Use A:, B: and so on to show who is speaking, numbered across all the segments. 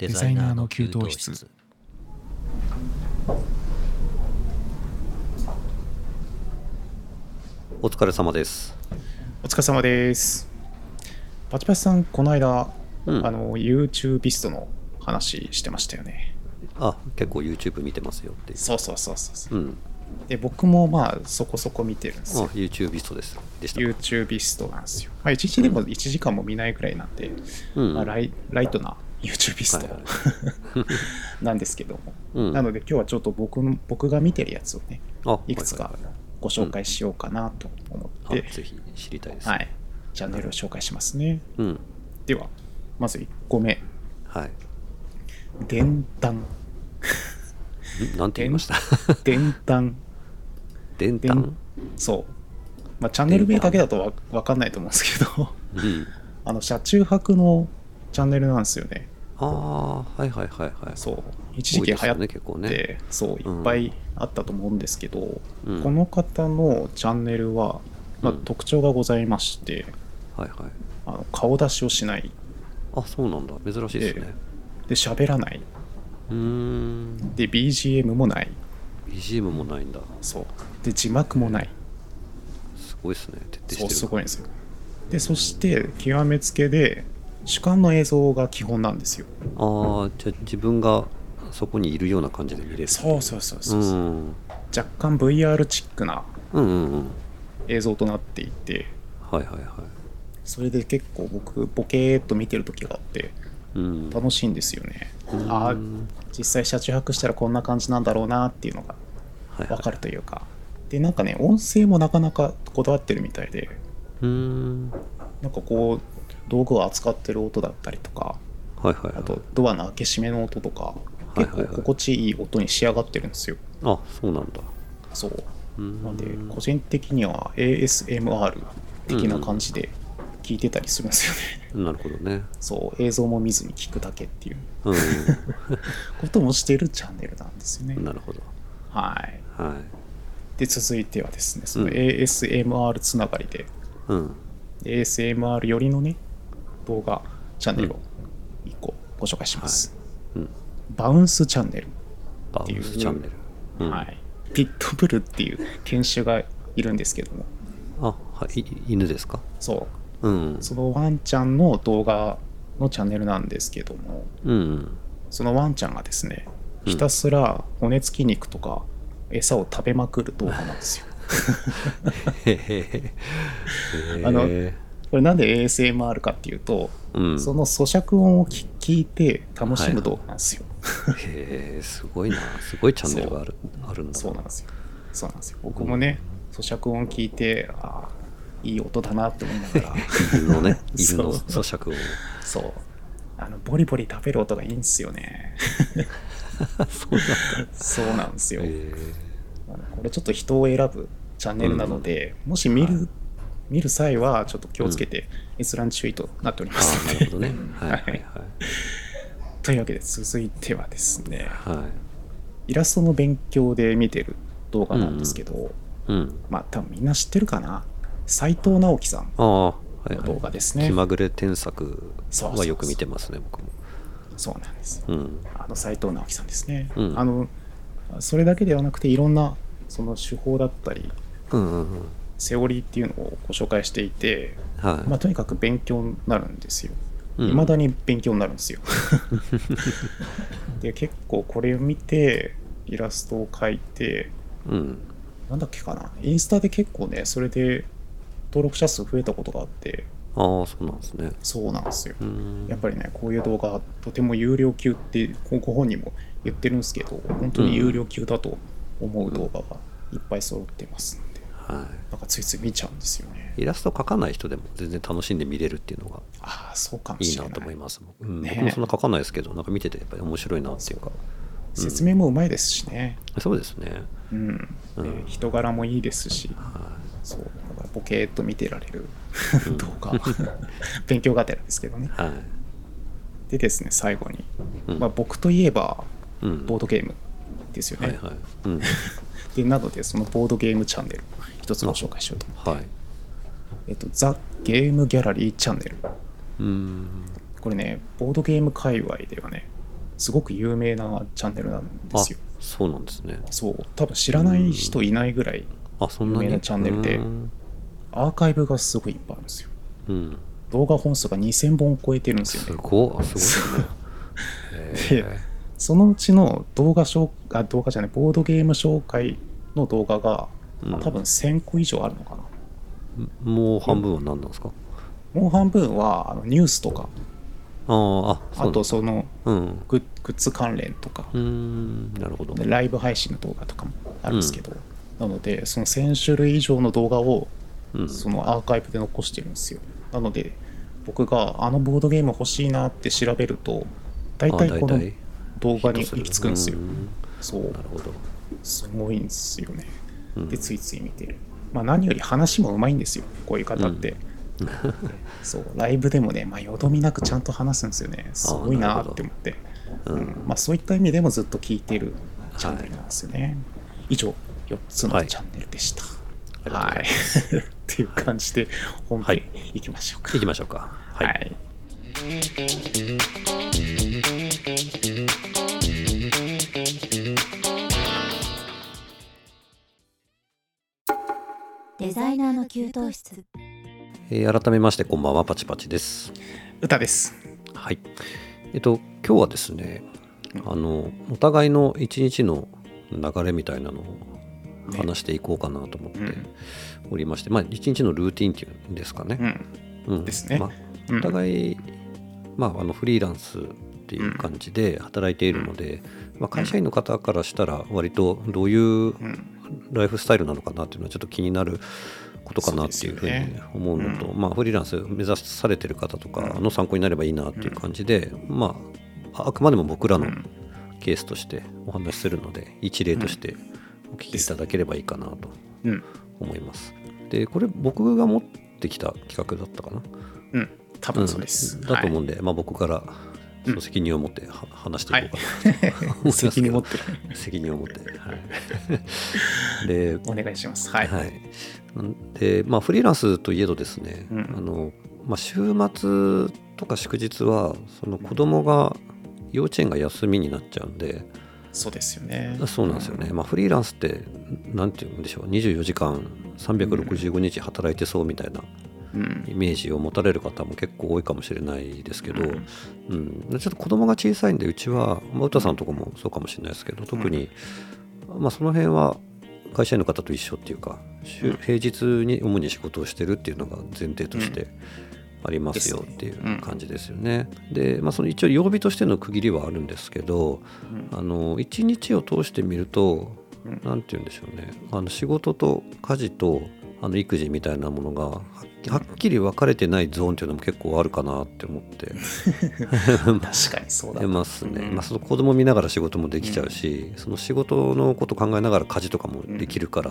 A: デザイナーの給湯室。
B: お疲れ様です。
A: お疲れ様です。パチパチさん、この間、YouTubeist の話してましたよね。
B: 結構 YouTube 見てますよっていう。
A: そう。で、僕もまあそこそこ見てるんですよ。
B: YouTubeist でした。
A: YouTubeist なんですよ。1日でも1時間も見ないくらいなんで、ライトな YouTubeist、なんですけども、なので今日はちょっと僕が見てるやつをね、いくつかご紹介しようかなと思って、
B: ぜひ知りたいです。
A: はい、チャンネルを紹介しますね。ではまず1個目、電弾。
B: なんて言いました？
A: 電弾。そう、チャンネル名だけだと分かんないと思うんですけど、車中泊のチャンネルなんですよね。そう、一時期流行って、そういっぱいあったと思うんですけど、この方のチャンネルは、特徴がございまして、顔出しをしない。
B: そうなんだ、珍しいですね。
A: で喋らない。で BGM もない。
B: BGM もないんだ。
A: そうで字幕もない。
B: すごいですね、徹底してる。
A: そう、すごいんですよ。でそして極めつけで主観の映像が基本なんですよ。
B: じゃあ自分がそこにいるような感じで見れる。
A: そう、若干 VR チックな映像となっていて、それで結構僕ボケーっと見てる時があって楽しいんですよね。実際車中泊したらこんな感じなんだろうなっていうのが分かるというか、でなんかね、音声もなかなかこだわってるみたいで、なんかこう道具を扱ってる音だったりとか、あとドアの開け閉めの音とか、結構心地いい音に仕上がってるんですよ。
B: そうなんだ。
A: そうなんで個人的には ASMR 的な感じで聞いてたりするんですよね。
B: なるほどね。
A: そう映像も見ずに聞くだけっていうこともしてるチャンネルなんですよね。
B: なるほど。
A: で続いてはですね、その ASMR つながりで、ASMR よりのね動画チャンネルを1個ご紹介します。バウンスチャンネルっていう、ピットブルっていう犬種がいるんですけども、
B: 犬ですか？
A: そう、そのワンちゃんの動画のチャンネルなんですけども、そのワンちゃんがですね、ひたすら骨付き肉とか餌を食べまくる動画なんですよ。これなんで ASMR かっていうと、その咀嚼音を聞いて楽しむ動画なんですよ。
B: すごいな、すごいチャンネルがあるんだ。
A: そうなんですよ。僕もね、咀嚼音聞いて、いい音だなって思いながら
B: 犬の咀嚼音。
A: そう、ボリボリ食べる音がいいんですよね。そうなんですよ。これちょっと人を選ぶチャンネルなので、もし見る際はちょっと気をつけて閲覧注意となっておりますので。
B: なるほどね。
A: というわけで続いてはですね、イラストの勉強で見てる動画なんですけど、多分みんな知ってるかな、斉藤直樹さんの動画ですね。
B: 気まぐれ添削はよく見てますね、僕も。
A: そうなんです。斉藤直樹さんですね。それだけではなくていろんなその手法だったり、セオリーっていうのをご紹介していて、とにかく勉強になるんですよ。未だに勉強になるんですよ。で結構これを見てイラストを描いて、なんだっけかな、インスタで結構ねそれで登録者数増えたことがあって。
B: そうなんですね。
A: そうなんですよ。やっぱりね、こういう動画とても有料級ってご本人も言ってるんですけど、本当に有料級だと思う動画がいっぱい揃ってますので、なんかついつい見ちゃうんですよね。
B: イラスト描かない人でも全然楽しんで見れるっていうのが
A: そうかもしれない。
B: いいなと思います。僕もそんな描かないですけど、なんか見ててやっぱり面白いなっていうか、
A: 説明もうまいですしね。
B: そうですね。
A: 人柄もいいですし、そうだからボケーっと見てられる動画勉強がてらですけどね。でですね、最後に、僕といえばボードゲームですよね。でなのでそのボードゲームチャンネル一つご紹介しようと思って、ザ・ゲームギャラリーチャンネル。これね、ボードゲーム界隈ではねすごく有名なチャンネルなんですよ。
B: そうなんですね。
A: そう多分知らない人いないぐらい有名なチャンネルで、アーカイブがすごいいっぱいあるんですよ。動画本数が2000本超えてるんですよね。
B: すごい
A: ね。でそのうちのボードゲーム紹介の動画が、多分1000個以上あるのかな。
B: もう半分は何なんですか？
A: もう半分はニュースとか、
B: あ
A: とそのグッズ関連とか、
B: なるほど。
A: ライブ配信の動画とかもあるんですけど、なのでその1000種類以上の動画をそのアーカイブで残してるんですよ。なので僕がボードゲーム欲しいなって調べると大体この動画に行き着くんですよ。そう、なるほど。すごいんですよね。でついつい見てる。何より話もうまいんですよ、こういう方って。そうライブでもね、よどみなくちゃんと話すんですよね。すごいなって思って、そういった意味でもずっと聞いてるチャンネルなんですよね。以上4つのチャンネルでした。はいっていう感じで本編いきましょうか。
B: いきましょうか。はい。
C: デザイナーの給湯室。
B: 改めましてこんばんは、パチパチです。
A: 歌です。
B: はい。今日はですね、お互いの一日の流れみたいなのを話していこうかなと思っておりまして、一日のルーティンっていうんですかね。
A: ですね。
B: お互い、フリーランスっていう感じで働いているので、会社員の方からしたら割とどういうライフスタイルなのかなっていうのはちょっと気になることかなっていうふうに思うのと、フリーランス目指されてる方とかの参考になればいいなっていう感じで、あくまでも僕らのケースとしてお話しするので、一例としてお聞きいただければいいかなと思います。でこれ僕が持ってきた企画だったかな。
A: 多分そうです。
B: だと思うんで、僕からその責任を持って話していこうかなと思います。
A: 責任を持ってる。
B: 責任を持って。で
A: お願いします。はい。
B: でフリーランスといえどですね、週末とか祝日はその子供が幼稚園が休みになっちゃうんで。
A: そうですよね。
B: そうなんですよね。フリーランスってなんていうんでしょう、24時間365日働いてそうみたいなイメージを持たれる方も結構多いかもしれないですけど、ちょっと子供が小さいんで、うちは歌さんとかもそうかもしれないですけど、特にその辺は会社員の方と一緒っていうか、平日に主に仕事をしてるっていうのが前提としてありますよっていう感じですよね。で、その一応曜日としての区切りはあるんですけど、一日を通してみると、なんて言うんでしょうね、仕事と家事と育児みたいなものがはっきり分かれてないゾーンっていうのも結構あるかなって思って
A: 確かにそうだと
B: ますね。その子供見ながら仕事もできちゃうし、その仕事のこと考えながら家事とかもできるから、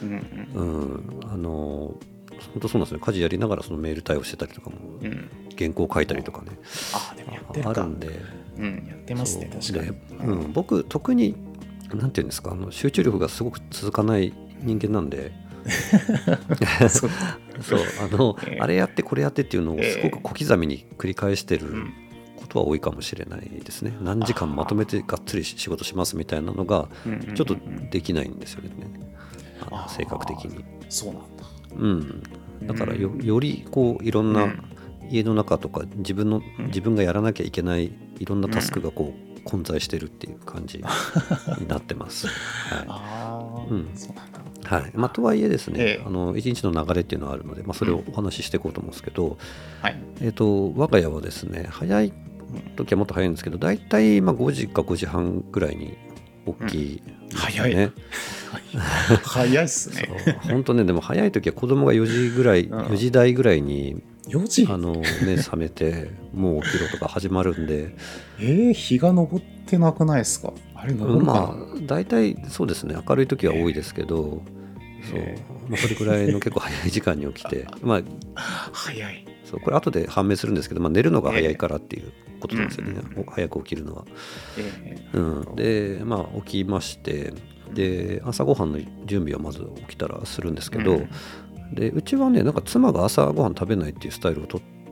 B: 本当そうなんですね。家事やりながらそのメール対応してたりとかも、原稿書いたりとかね、
A: でもやってるか、
B: あるんで、
A: やってますね。確かに。
B: 僕特になんていうんですか、集中力がすごく続かない人間なんでそうあれやってこれやってっていうのをすごく小刻みに繰り返してることは多いかもしれないですね。何時間まとめてがっつり仕事しますみたいなのがちょっとできないんですよね、性格的に。
A: そうなんだ。
B: だからよりこういろんな家の中とか自分がやらなきゃいけないいろんなタスクがこう混在してるっていう感じになってます。
A: そうなんだ。
B: とはいえですね、一日の流れっていうのはあるので、それをお話ししていこうと思うんですけど、我が家はですね、早い時はもっと早いんですけど、だいたい5時か5時半ぐらいに起きますね。
A: 早いっすね。
B: 本当ね。でも早い時は子供が4時台ぐらいに目覚めてもう起きろとか始まるんで。
A: 日が昇ってなくないですか？あれ昇るかな？
B: 大体そうですね、明るい時は多いですけど、それくらいの結構早い時間に起きて
A: 早い。
B: これ後で判明するんですけど、寝るのが早いからっていうことなんですよね、早く起きるのは。で起きまして、で朝ごはんの準備をまず起きたらするんですけど、でうちはね、なんか妻が朝ごはん食べないっていうスタイルをとって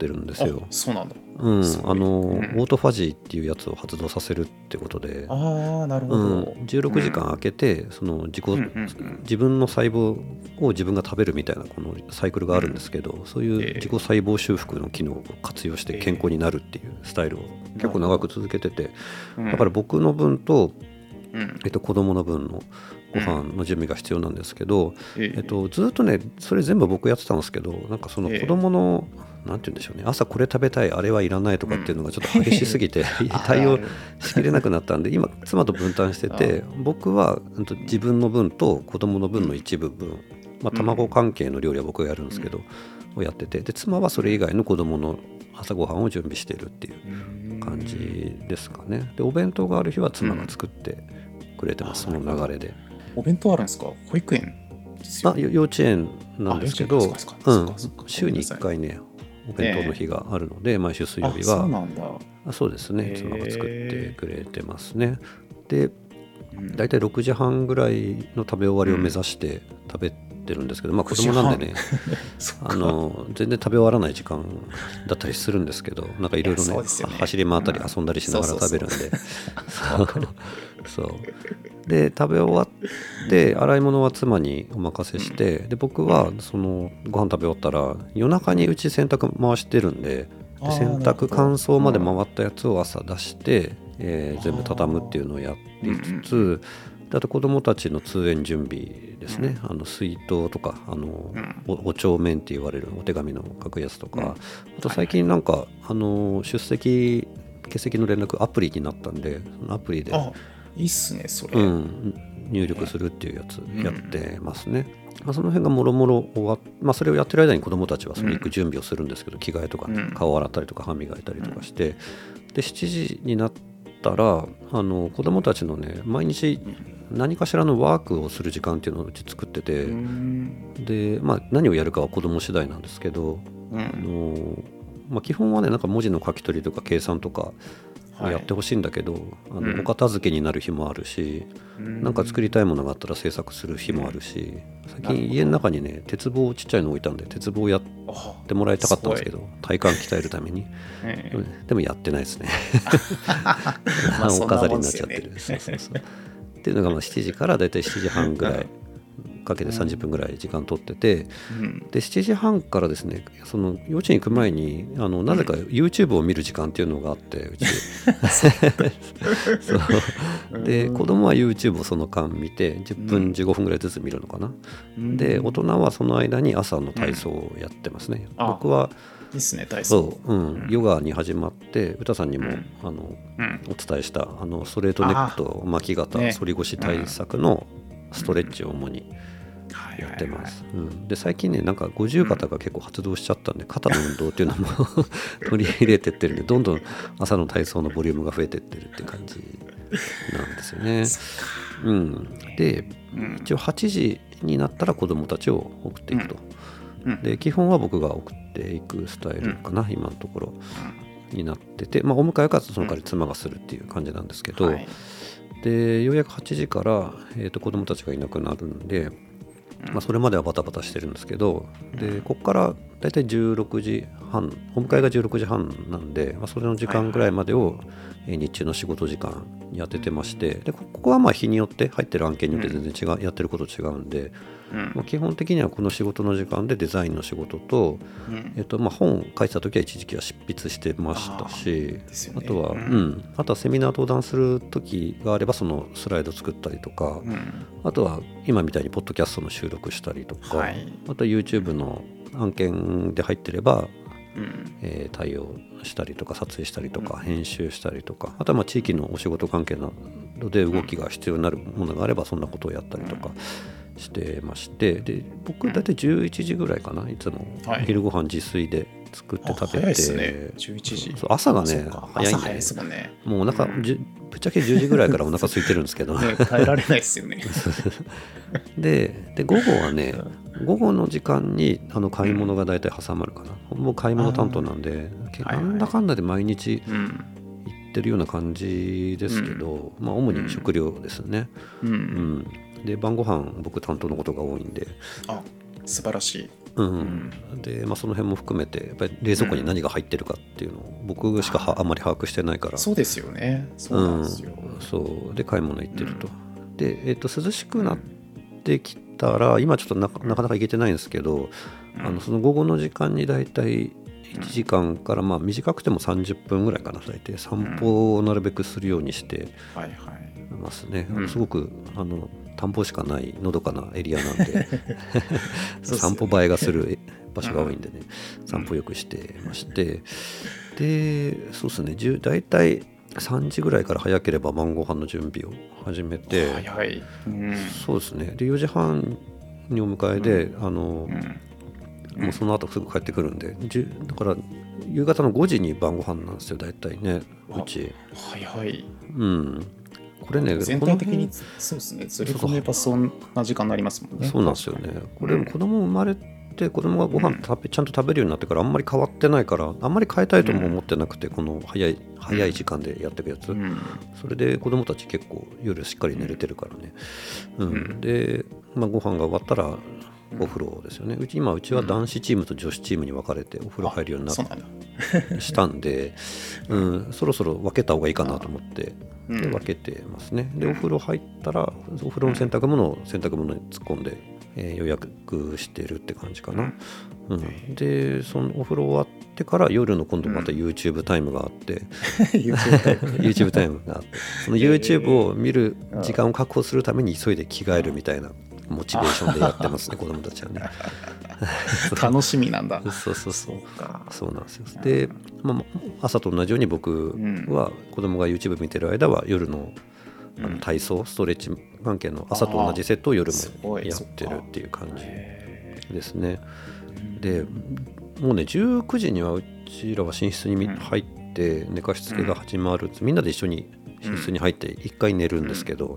B: ってるんですよ。
A: そうなんだ。
B: オートファジーっていうやつを発動させるってことで、
A: なるほど。
B: 16時間空けてその自分の細胞を自分が食べるみたいなこのサイクルがあるんですけど、そういう自己細胞修復の機能を活用して健康になるっていうスタイルを結構長く続けてて、だから僕の分と子供の分のご飯の準備が必要なんですけど、ずっとねそれ全部僕やってたんですけど、なんかその子供のなんて言うんでしょうね、朝これ食べたいあれはいらないとかっていうのがちょっと激しすぎて対応しきれなくなったんで、今妻と分担してて、僕は自分の分と子供の分の一部分、卵関係の料理は僕がやるんですけど、をやってて、で妻はそれ以外の子供の朝ごはんを準備してるっていう感じですかね。でお弁当がある日は妻が作ってくれてます、その流れで。
A: お弁当あるんですか？保育園ですよね。
B: 幼稚園なんですけど、週に1回ねお弁当の日があるので、毎週水曜日は
A: そうなんだ。
B: そうですね、妻が作ってくれてますね。でだいたい6時半ぐらいの食べ終わりを目指して食べてるんですけど、子供なんでね全然食べ終わらない時間だったりするんですけど、なんかいろいろね走り回ったり遊んだりしながら食べるんで、そうで食べ終わって洗い物は妻にお任せして、で僕はそのご飯食べ終わったら夜中にうち洗濯回してるんで、洗濯乾燥まで回ったやつを朝出して、全部畳むっていうのをやっていつつ、あと子どもたちの通園準備ですね、水筒とかお帳面って言われるお手紙の書くやつとか、あと最近なんか出席欠席の連絡アプリになったんで、そのアプリで
A: いいっすねそれ、
B: 入力するっていうやつやってますね。その辺がもろもろ終わっ、それをやってる間に子どもたちはその行く準備をするんですけど、着替えとか顔洗ったりとか歯磨いたりとかして、で7時になったら子どもたちのね毎日何かしらのワークをする時間っていうのをうち作ってて、で、何をやるかは子ども次第なんですけど、基本はねなんか文字の書き取りとか計算とかやってほしいんだけど、お片付けになる日もあるし、なんか作りたいものがあったら制作する日もあるし、最近家の中にね鉄棒ちっちゃいの置いたんで鉄棒やってもらいたかったんですけど、体幹鍛えるために、でもやってないですねお飾りになっちゃってる。っていうのが7時からだいたい7時半ぐらいかけて30分ぐらい時間取ってて、で7時半からですね、その幼稚園行く前になぜか YouTube を見る時間っていうのがあって、うちそうで子供は YouTube をその間見て10分15分ぐらいずつ見るのかな、で大人はその間に朝の体操をやってますね。僕はい
A: いっすね体操。
B: ヨガに始まって、歌さんにもお伝えしたストレートネックと巻き肩反り腰対策のストレッチを主にやってます。で最近ねなんか50肩が結構発動しちゃったんで、肩の運動っていうのも取り入れてってるんで、どんどん朝の体操のボリュームが増えてってるって感じなんですよね。で一応8時になったら子どもたちを送っていくと。で基本は僕が送っていくスタイルかな、今のところになってて、お迎えかつその代わり妻がするっていう感じなんですけど、でようやく8時から、子どもたちがいなくなるんで、それまではバタバタしてるんですけど、でここからだいたい16時半、お迎えが16時半なんで、それの時間ぐらいまでを日中の仕事時間やっててまして、でここは日によって入ってる案件によって全然やってること違うんで、基本的にはこの仕事の時間でデザインの仕事と、本書いてた時は一時期は執筆してましたし、あとはセミナー登壇する時があればそのスライド作ったりとか、あとは今みたいにポッドキャストの収録したりとか、あと YouTube の案件で入ってれば対応したりとか撮影したりとか編集したりとか、あとは地域のお仕事関係などで動きが必要になるものがあればそんなことをやったりとかしてまして、で僕大体11時ぐらいかな、いつも昼ご飯自炊で作って食べて、
A: 早いですね11時。
B: 朝がね早いんで、
A: ですもんね。
B: もうお腹ぶっちゃけ10時ぐらいからお腹空いてるんですけど
A: 耐えられないですよね
B: で午後はね、午後の時間に買い物が大体挟まるかな。もう買い物担当なんで、なんだかんだで毎日行ってるような感じですけど、主に食料ですね。で晩ご飯僕担当のことが多いんで、
A: 素晴らしい。
B: で、その辺も含めてやっぱり冷蔵庫に何が入ってるかっていうのを僕しかあんまり把握してないから、
A: そうですよね。そうなんですよ。
B: そうで買い物行ってると。で、涼しくなってきたら今ちょっとなかなか行けてないんですけど、その午後の時間にだいたい1時間から短くても30分ぐらいかな、大体散歩をなるべくするようにしてますね。すごく田んぼしかないのどかなエリアなんで散歩映えがする場所が多いんでね、散歩よくしてまして、でそうですね、大体3時ぐらいから早ければ晩ご飯の準備を始めて、
A: 早い、
B: そうですね。で4時半にお迎えで、もうその後すぐ帰ってくるんで、だから夕方の5時に晩ご飯なんですよ大体ね、うち。
A: 早い。
B: これね、
A: 全体的にそうですね、ずれ込めばそんな時間になりますもんね。
B: そうなんですよね。これ子供生まれて子供がご飯ちゃんと食べるようになってからあんまり変わってないから、あんまり変えたいとも思ってなくて、この早い時間でやっていくやつ、それで子供たち結構夜しっかり寝れてるからね。で、ご飯が終わったらお風呂ですよね。うちは男子チームと女子チームに分かれてお風呂入るようになしたんで、そろそろ分けた方がいいかなと思ってで分けてますね。でお風呂入ったらお風呂の洗濯物を洗濯物に突っ込んで、予約してるって感じかな。でそのお風呂終わってから夜の今度また YouTube タイムがあってYouTube タイムがあって、その YouTube を見る時間を確保するために急いで着替えるみたいなモチベーションでやってますね子供たちはね
A: 楽しみなんだ。
B: そうなんですよ。で、朝と同じように僕は子供が YouTube 見てる間は夜の体操ストレッチ関係の朝と同じセットを夜もやってるっていう感じですね。でもうね19時にはうちらは寝室に入って寝かしつけが始まる、みんなで一緒に寝室に入って1回寝るんですけど、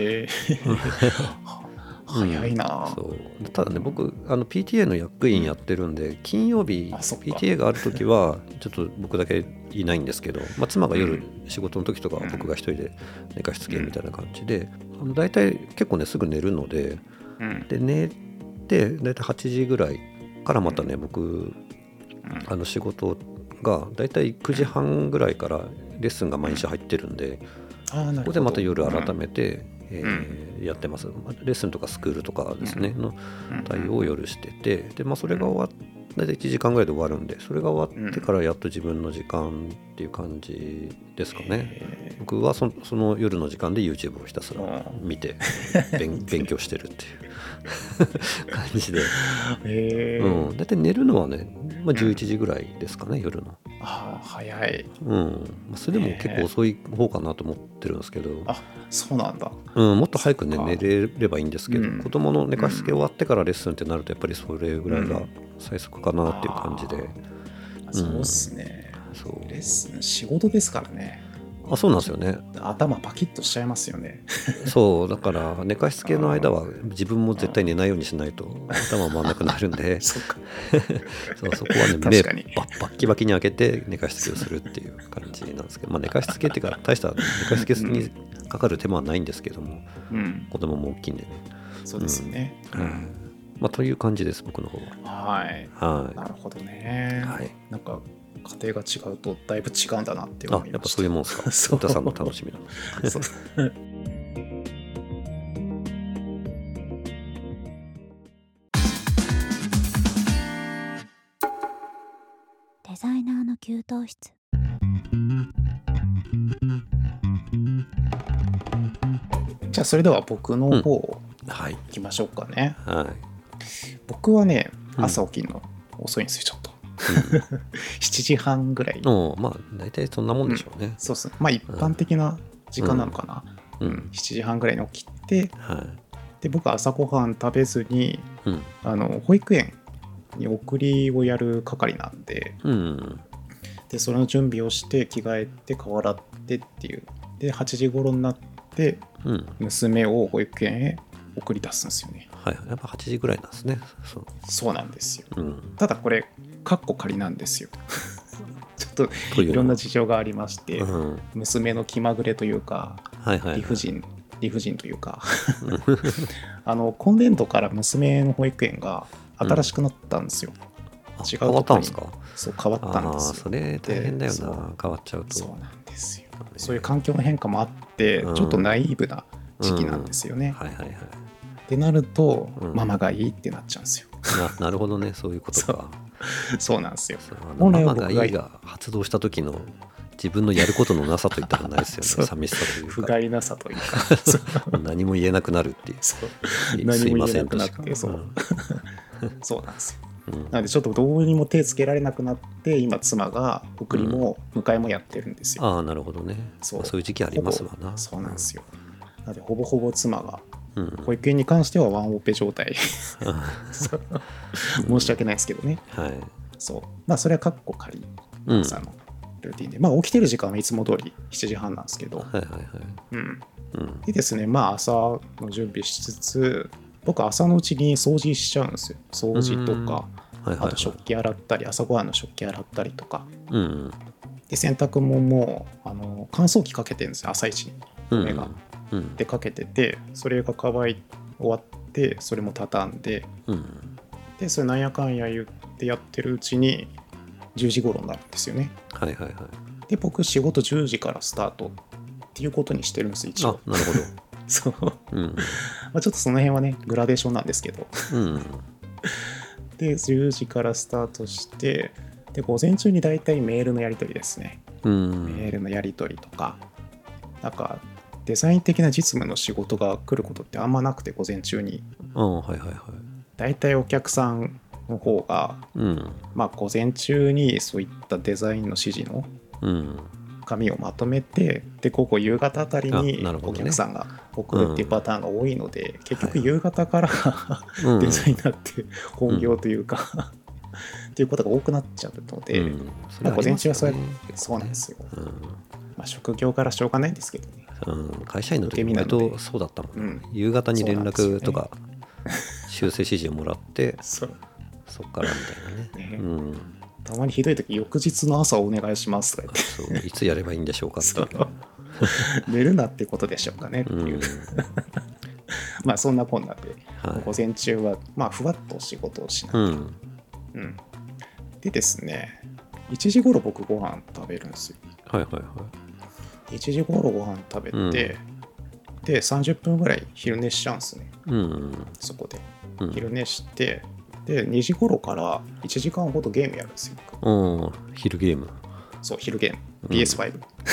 A: 早いな。
B: そうただね、僕PTA の役員やってるんで、金曜日 PTA がある時はちょっと僕だけいないんですけど、妻が夜仕事の時とかは僕が一人で寝かしつけみたいな感じで、だいたい結構ねすぐ寝るので、で寝てだいたい8時ぐらいからまたね僕仕事がだいたい9時半ぐらいからレッスンが毎日入ってるんで、ここでまた夜改めてやってます。レッスンとかスクールとかですねの対応を夜してて、でそれが終わって大体1時間ぐらいで終わるんで、それが終わってからやっと自分の時間っていう感じですかね。僕はその夜の時間で YouTube をひたすら見て勉強してるっていう感じで、大体寝るのはね、11時ぐらいですかね、夜の。
A: 早い。
B: それでも結構遅い方かなと思ってるんですけど。
A: そうなんだ。
B: もっと早くね寝れればいいんですけど、子供の寝かしつけ終わってからレッスンってなるとやっぱりそれぐらいが最速かなっていう感じで。
A: そうっすね。レッスン仕事ですからね。
B: そうなんですよね。
A: 頭パキッとしちゃいますよね。
B: そうだから寝かしつけの間は自分も絶対寝ないようにしないと頭回んなくなるんでそこはね目バッキバキに開けて寝かしつけをするっていう感じなんですけど、寝かしつけっていうか大した寝かしつけにかかる手間はないんですけども、子供も大きいんでね。
A: そうですよね。
B: という感じです僕の方は。
A: なるほどね。なんか家庭が違うとだいぶ違うんだなって思いました。
B: やっぱそういうもんですか。太田さんの楽しみだな。
C: デザイナーの給湯室。
A: じゃあそれでは僕の方いきましょうかね。僕はね朝起きるの遅いんですよちょっと。7時半ぐらい。
B: 大体そんなもんでしょうね。
A: そうですね。一般的な時間なのかな。7時半ぐらいに起きて、で僕は朝ごはん食べずに、保育園に送りをやる係なんで、でそれの準備をして着替えて顔洗ってっていうで8時頃になって、娘を保育園へ送り出すんですよね。
B: やっぱ8時ぐらいなんですね。
A: そうなんですよ。ただこれカッコ仮なんですよ。ちょっといろんな事情がありまして、娘の気まぐれというか、理不尽というか今年度から娘の保育園が新しくなったんですよ、違う
B: 変わったんですか？
A: そう変わったんですよ。
B: それ大変だよな、変わっちゃうと。
A: そうなんですよ、そういう環境の変化もあって、ちょっとナイーブな時期なんですよね、
B: はいはいはい。
A: ってなると、ママがいいってなっちゃうんですよ。
B: なるほどね、そういうことか。
A: そうなんですよ。
B: ママがいいが発動した時の自分のやることのなさといったらないですよね。寂しさというか
A: 不甲斐なさという
B: か何も言えなくなるっていう。
A: 何も言えなくなってそうなんですよ。なのでちょっとどうにも手つけられなくなって、今妻が送りも迎えもやってるんですよ。
B: なるほどね。そういう時期ありますわな。
A: そうなんですよ。なのでほぼほぼ妻が保育園に関してはワンオペ状態申し訳ないですけどね。はい。そう。まあそれはカッコ仮朝のルーティンで、まあ起きてる時間はいつも通り7時半なんですけど、はいはいはい。でですね、まあ朝の準備しつつ、僕朝のうちに掃除しちゃうんですよ。掃除とか、あと食器洗ったり、朝ごはんの食器洗ったりとか。で洗濯ももう乾燥機かけてるんですよ、朝一に目が。でかけてて、それが乾い終わってそれも畳んで、でそれなんやかんや言ってやってるうちに10時頃になるんですよね。はいはいはい。で僕仕事10時からスタートっていうことにしてるんです一応。
B: なるほど。
A: そう、まあ、ちょっとその辺はねグラデーションなんですけど、で10時からスタートして、で午前中にだいたいメールのやり取りですね。メールのやり取りとか、なんかデザイン的な実務の仕事が来ることってあんまなくて、午前中に。だいたいお客さんの方が、まあ午前中にそういったデザインの指示の紙をまとめて、で午後夕方あたりにお客さんが送るっていうパターンが多いので、結局夕方からデザインになって本業というかっていうことが多くなっちゃうので、午前中はそうなんですよ。まあ職業からしょうがないんですけどね。
B: 会社員の時もとそうだったもん、夕方に連絡とか修正指示をもらってそっからみたいなね。
A: たまにひどい時、翌日の朝お願いしますとか
B: 言っていつやればいいんでしょうかっていう
A: 寝るなってことでしょうかねっていうまあそんなこんなで、午前中はまあふわっと仕事をしながら、でですね、1時頃僕ご飯食べるんですよ。はいはいはい。1時頃ご飯食べて、で30分ぐらい昼寝しちゃうんですね。そこで、昼寝して、で2時頃から1時間ほどゲームやるんですよ。
B: 昼ゲーム。
A: そう、昼ゲーム PS5、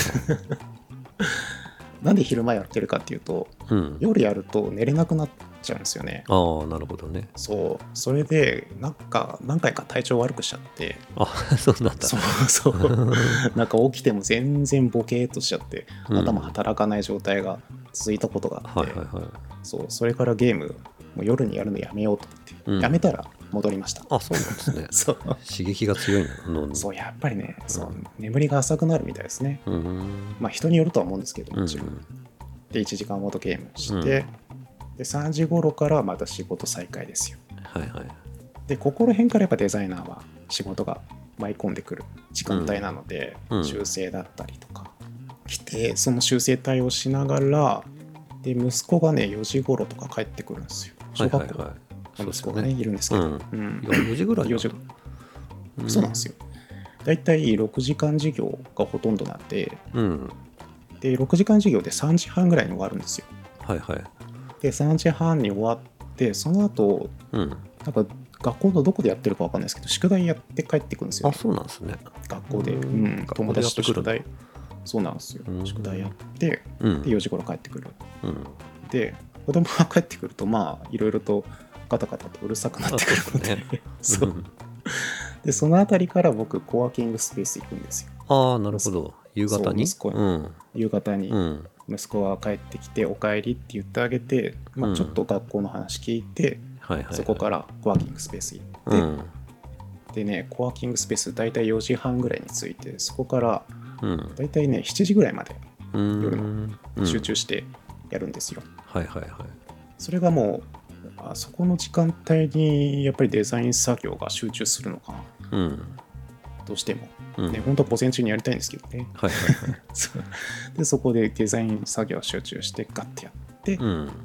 A: なんで昼間やってるかっていうと、夜やると寝れなくなっちゃうんですよね。
B: なるほどね。
A: そう、それで何回か体調悪くしちゃって。
B: そうなんだ。
A: そうなんか起きても全然ボケーっとしちゃって、頭働かない状態が続いたことがあって、それからゲームもう夜にやるのやめようと思って、やめたら戻りました。
B: そうなんですね。そう、刺激が強いの。
A: そう、やっぱりね、眠りが浅くなるみたいですね。まあ人によるとは思うんですけど、もちろん。で1時間ほどゲームして、で3時頃からまた仕事再開ですよ。はいはい。でここら辺からやっぱデザイナーは仕事が舞い込んでくる時間帯なので、修正だったりとか来て、その修正対応しながら、で息子がね4時頃とか帰ってくるんですよ。小学校の息子がねいるんですけど、
B: 4時ぐらい。
A: そうなんですよ。だいたい6時間授業がほとんどなんで、で6時間授業で3時半ぐらいに終わるんですよ。はいはい。で3時半に終わって、その後、なんか学校のどこでやってるか分かんないですけど、宿題やって帰ってくるんですよ、ね。
B: そうなんですね。
A: 学校で、友達と宿題、そうなんですよ。宿題やって、で4時頃帰ってくる。で子供が帰ってくると、まあいろいろとガタガタとうるさくなってくるので、でそのあたりから僕コワーキングスペース行くんですよ。
B: なるほど。夕方に。
A: 夕方に息子が帰ってきてお帰りって言ってあげて、ちょっと学校の話聞いて、そこからコワーキングスペース行って、でね、コワーキングスペースだいたい4時半ぐらいに着いて、そこからだいたいね7時ぐらいまで夜の集中してやるんですよ。はいはいはい。それがもうそこの時間帯にやっぱりデザイン作業が集中するのかな、どうしても、本当は午前中にやりたいんですけどね。はいはいはい。でそこでデザイン作業集中してガッてやって、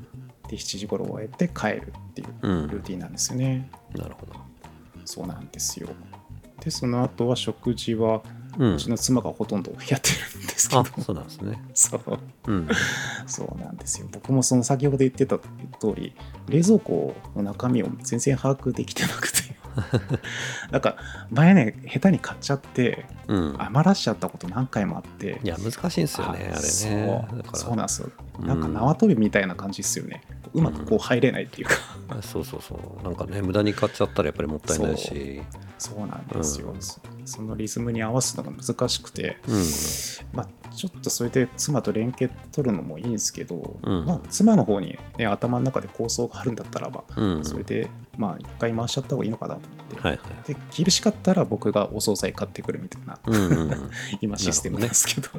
A: で7時頃終えて帰るっていうルーティンなんですよね。
B: なるほど。
A: そうなんですよ。でその後は食事はうちの妻がほとんどやってるんですけど、
B: そうなんですね。
A: そう、そうなんですよ。僕もその先ほど言ってた通り冷蔵庫の中身を全然把握できてなくてなんか前ね下手に買っちゃって、余らしちゃったこと何回もあって、
B: いや難しいんですよねあれね。
A: そうなんですよ。なんか縄跳びみたいな感じですよね。うまくこう入れないっていうか、
B: そうなんかね無駄に買っちゃったらやっぱりもったいないし、
A: そうなんですよ、そのリズムに合わせるのが難しくて、ちょっとそれで妻と連携取るのもいいんですけど、妻の方に、ね、頭の中で構想があるんだったらば、それで一回回しちゃった方がいいのかなと思って、で厳しかったら僕がお惣菜買ってくるみたいな、今システムなんですけど、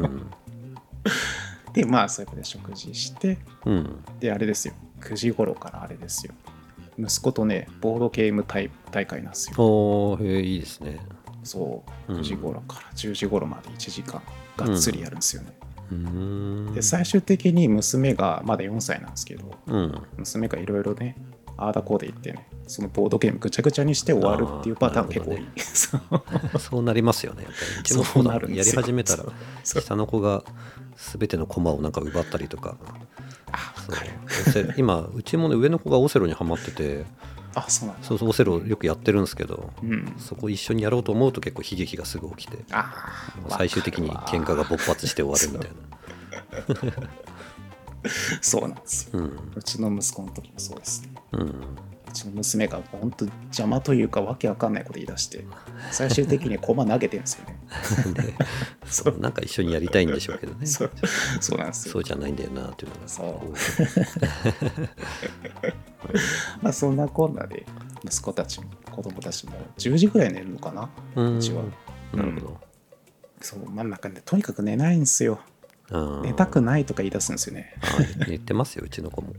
A: でそれで食事して、であれですよ、9時頃からあれですよ、息子とねボードゲーム大会なんですよ。
B: いいですね。
A: そう9時頃から10時頃まで1時間がっつりやるんですよね。で最終的に娘がまだ4歳なんですけど、娘がいろいろねああだこうで言ってね、そのボードゲームぐちゃぐちゃにして終わるっていうパターン結構多い。
B: そうなりますよね。やっぱりうちもそうだ、やり始めたら下の子が全てのコマをなんか奪ったりとか。今うちもね上の子がオセロにハマってて、そうオセロよくやってるんですけど、そこ一緒にやろうと思うと結構悲劇がすぐ起きて、最終的に喧嘩が勃発して終わるみたいな。
A: そうなんですよ、うちの息子の時もそうですね。うちの娘が本当邪魔というかわけわかんないこと言い出して最終的に駒投げてるんですよね。
B: なんか一緒にやりたいんでしょうけどね。
A: そうなんですよ。
B: そうじゃないんだよなっていう
A: のがそんなこんなで息子たちも子供たちも10時ぐらい寝るのかな、うちは。
B: なるほど。
A: そう真ん中でとにかく寝ないんですよ。寝たくないとか言い出すんですよね。
B: 言ってますようちの子も。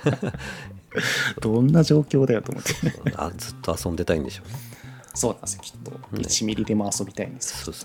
A: どんな状況だよと思って。
B: ずっと遊んでたいんでしょうね。
A: そうなんですよ、きっと1ミリでも遊びたいんですよ。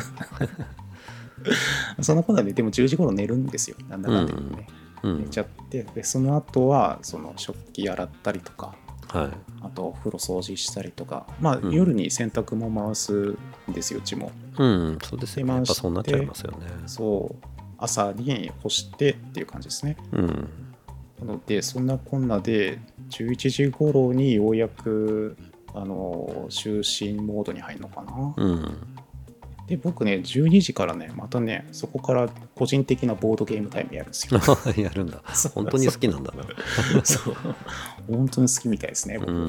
A: そのことででも10時頃寝るんですよ、なんだかんだ言ってね。寝ちゃって、でその後はその食器洗ったりとか、あとお風呂掃除したりとか、夜に洗濯も回すんですようちも。
B: そうですよね。やっぱそうなっちゃいますよね。
A: そう朝に干してっていう感じですね。なのでそんなこんなで11時頃にようやく就寝モードに入るのかな。で僕ね12時からねまたねそこから個人的なボードゲームタイムやるんですよ。
B: やるんだ。本当に好きなんだな。
A: そう本当に好きみたいですね僕。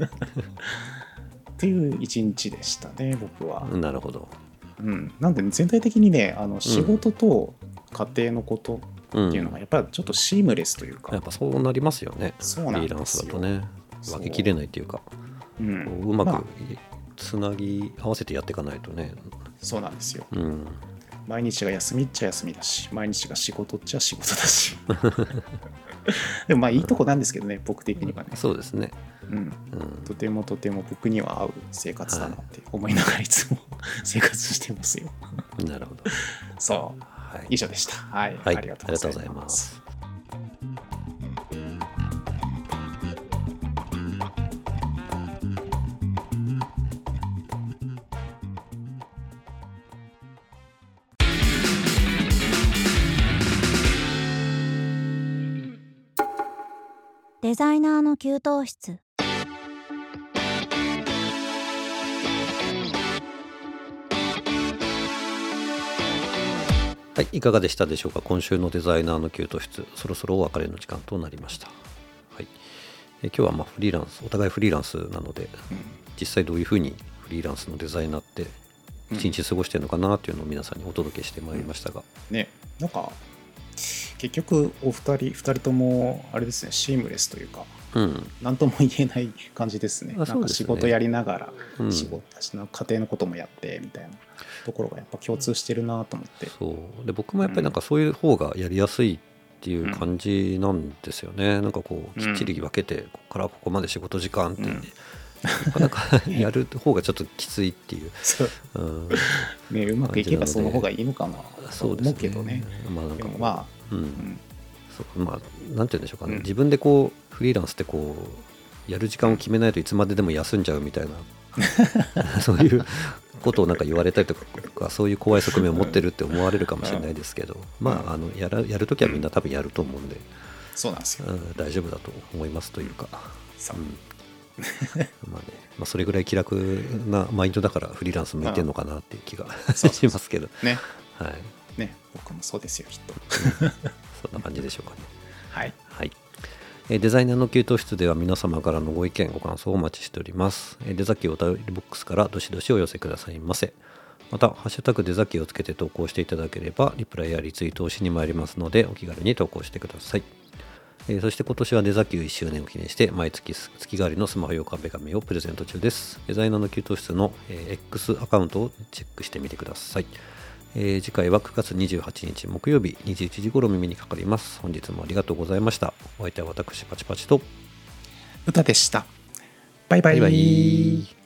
A: っていう一日でしたね僕は。
B: なるほど。
A: なんで全体的にね仕事と家庭のことっていうのがやっぱりちょっとシームレスというか、
B: やっぱそうなりますよね。
A: そうなんですよ。
B: フリーランスだとね分けきれないっていうか、うまくつなぎ合わせてやっていかないとね。
A: そうなんですよ。毎日が休みっちゃ休みだし、毎日が仕事っちゃ仕事だし。でもいいとこなんですけどね、僕的にはね。
B: そうですね。
A: とてもとても僕には合う生活だなって思いながらいつも生活してますよ。
B: なるほど。
A: そう、以上でした。ありがとうございます。
C: デザイナーの給湯室。
B: はい、いかがでしたでしょうか。今週のデザイナーの給湯室、そろそろお別れの時間となりました。今日はフリーランス、お互いフリーランスなので、実際どういうふうにフリーランスのデザイナーって一日過ごしてるのかなっていうのを皆さんにお届けしてまいりましたが、
A: なんか結局お二人ともあれですね、シームレスというか、何とも言えない感じですね。なんか仕事やりながら、仕事たちの家庭のこともやってみたいなところがやっぱ共通してるなと思って。
B: そうで僕もやっぱりなんかそういう方がやりやすいっていう感じなんですよね。なんかこうきっちり分けて、ここからここまで仕事時間って、なかなかやる方がちょっときついっていう。
A: うまくいけばその方がいいのかなと思うけどね。
B: まあなんて言うんでしょうかね、自分でこうフリーランスってこうやる時間を決めないといつまででも休んじゃうみたいなそういうことをなんか言われたりとか、そういう怖い側面を持ってるって思われるかもしれないですけど、まあやるときはみんな多分やると思うんで、
A: そうなんですよ、
B: 大丈夫だと思いますというか、まあね、まあ、それぐらい気楽なマインドだからフリーランス向いてるのかなっていう気がしますけど
A: ね、
B: はい
A: ね、僕もそうですよきっと
B: そんな感じでしょうかね。
A: はい、
B: はい。デザイナーの給湯室では皆様からのご意見ご感想をお待ちしております。デザキお便りボックスからどしどしお寄せくださいませ。またハッシュタグデザキをつけて投稿していただければリプライやリツイートをしに参りますので、お気軽に投稿してください。そして今年はデザキュー1周年を記念して毎月月替わりのスマホ用壁紙をプレゼント中です。デザイナーの給湯室の X アカウントをチェックしてみてください。次回は9月28日木曜日21時頃耳にかかります。本日もありがとうございました。お相手は私パチパチと
A: 歌でした。バイバイ。
B: バイバイ。